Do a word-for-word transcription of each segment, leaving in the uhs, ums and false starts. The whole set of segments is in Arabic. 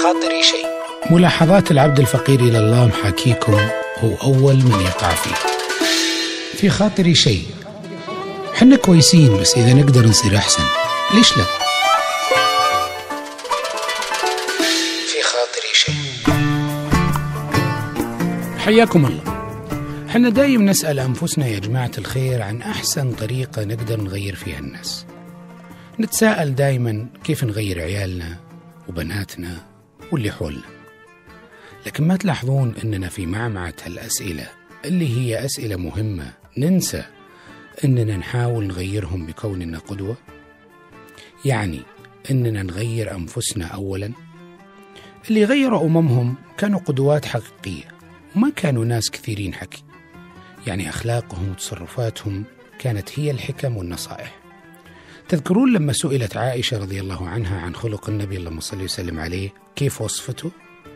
خاطري شيء. ملاحظات العبد الفقير إلى الله محاكيكم هو أول من يقع فيه. في خاطري شيء، حنا كويسين بس إذا نقدر نصير أحسن ليش لا؟ في خاطري شيء. حياكم الله. حنا دايم نسأل أنفسنا يا جماعة الخير عن أحسن طريقة نقدر نغير فيها الناس. نتساءل دايما كيف نغير عيالنا وبناتنا واللي حولنا، لكن ما تلاحظون أننا في معمعة هالأسئلة اللي هي أسئلة مهمة ننسى أننا نحاول نغيرهم بكوننا قدوة؟ يعني أننا نغير أنفسنا أولا. اللي غيروا أممهم كانوا قدوات حقيقية وما كانوا ناس كثيرين حكي، يعني أخلاقهم وتصرفاتهم كانت هي الحكم والنصائح. تذكرون لما سئلت عائشة رضي الله عنها عن خلق النبي اللهم صل وسلم عليه كيف وصفته؟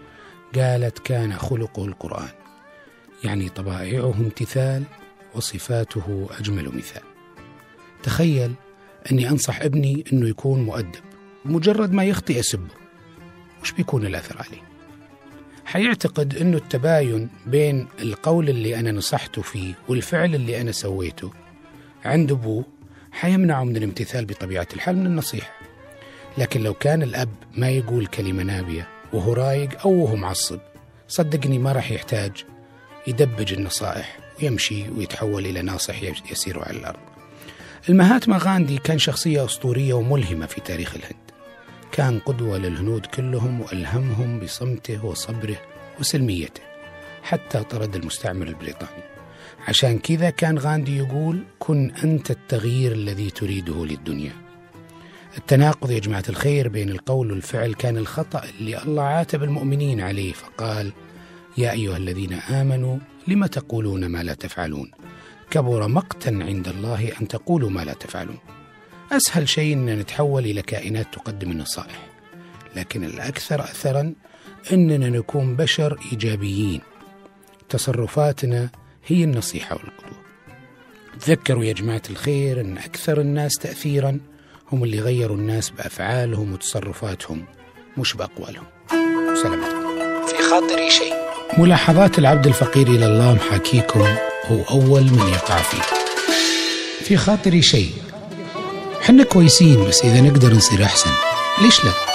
قالت كان خلقه القرآن، يعني طبائعه امتثال وصفاته أجمل مثال. تخيل أني أنصح ابني أنه يكون مؤدب، مجرد ما يخطئ أسبه، وش بيكون الأثر عليه؟ حيعتقد أنه التباين بين القول اللي أنا نصحته فيه والفعل اللي أنا سويته عند أبوه حيمنعه من الامتثال بطبيعة الحال من النصيحة. لكن لو كان الأب ما يقول كلمة نابية وهو رايق أو وهو معصب، صدقني ما راح يحتاج يدبج النصائح ويمشي ويتحول إلى ناصح يسير على الأرض. المهاتما غاندي كان شخصية أسطورية وملهمة في تاريخ الهند، كان قدوة للهنود كلهم وألهمهم بصمته وصبره وسلميته حتى طرد المستعمر البريطاني. عشان كذا كان غاندي يقول كن أنت التغيير الذي تريده للدنيا. التناقض يا جماعة الخير بين القول والفعل كان الخطأ اللي الله عاتب المؤمنين عليه، فقال يا أيها الذين آمنوا لما تقولون ما لا تفعلون كبر مقتا عند الله أن تقولوا ما لا تفعلون. أسهل شيء أن نتحول إلى كائنات تقدم النصائح، لكن الأكثر أثرا أننا نكون بشر إيجابيين تصرفاتنا هي النصيحة والقدوة. تذكروا يا جماعة الخير أن أكثر الناس تأثيرا هم اللي غيروا الناس بأفعالهم وتصرفاتهم مش بأقوالهم. سلامتكم. في خاطري شيء. ملاحظات العبد الفقير إلى الله محاكيكم هو أول من يقع فيه. في خاطري شيء، حنا كويسين بس إذا نقدر نصير أحسن ليش لا؟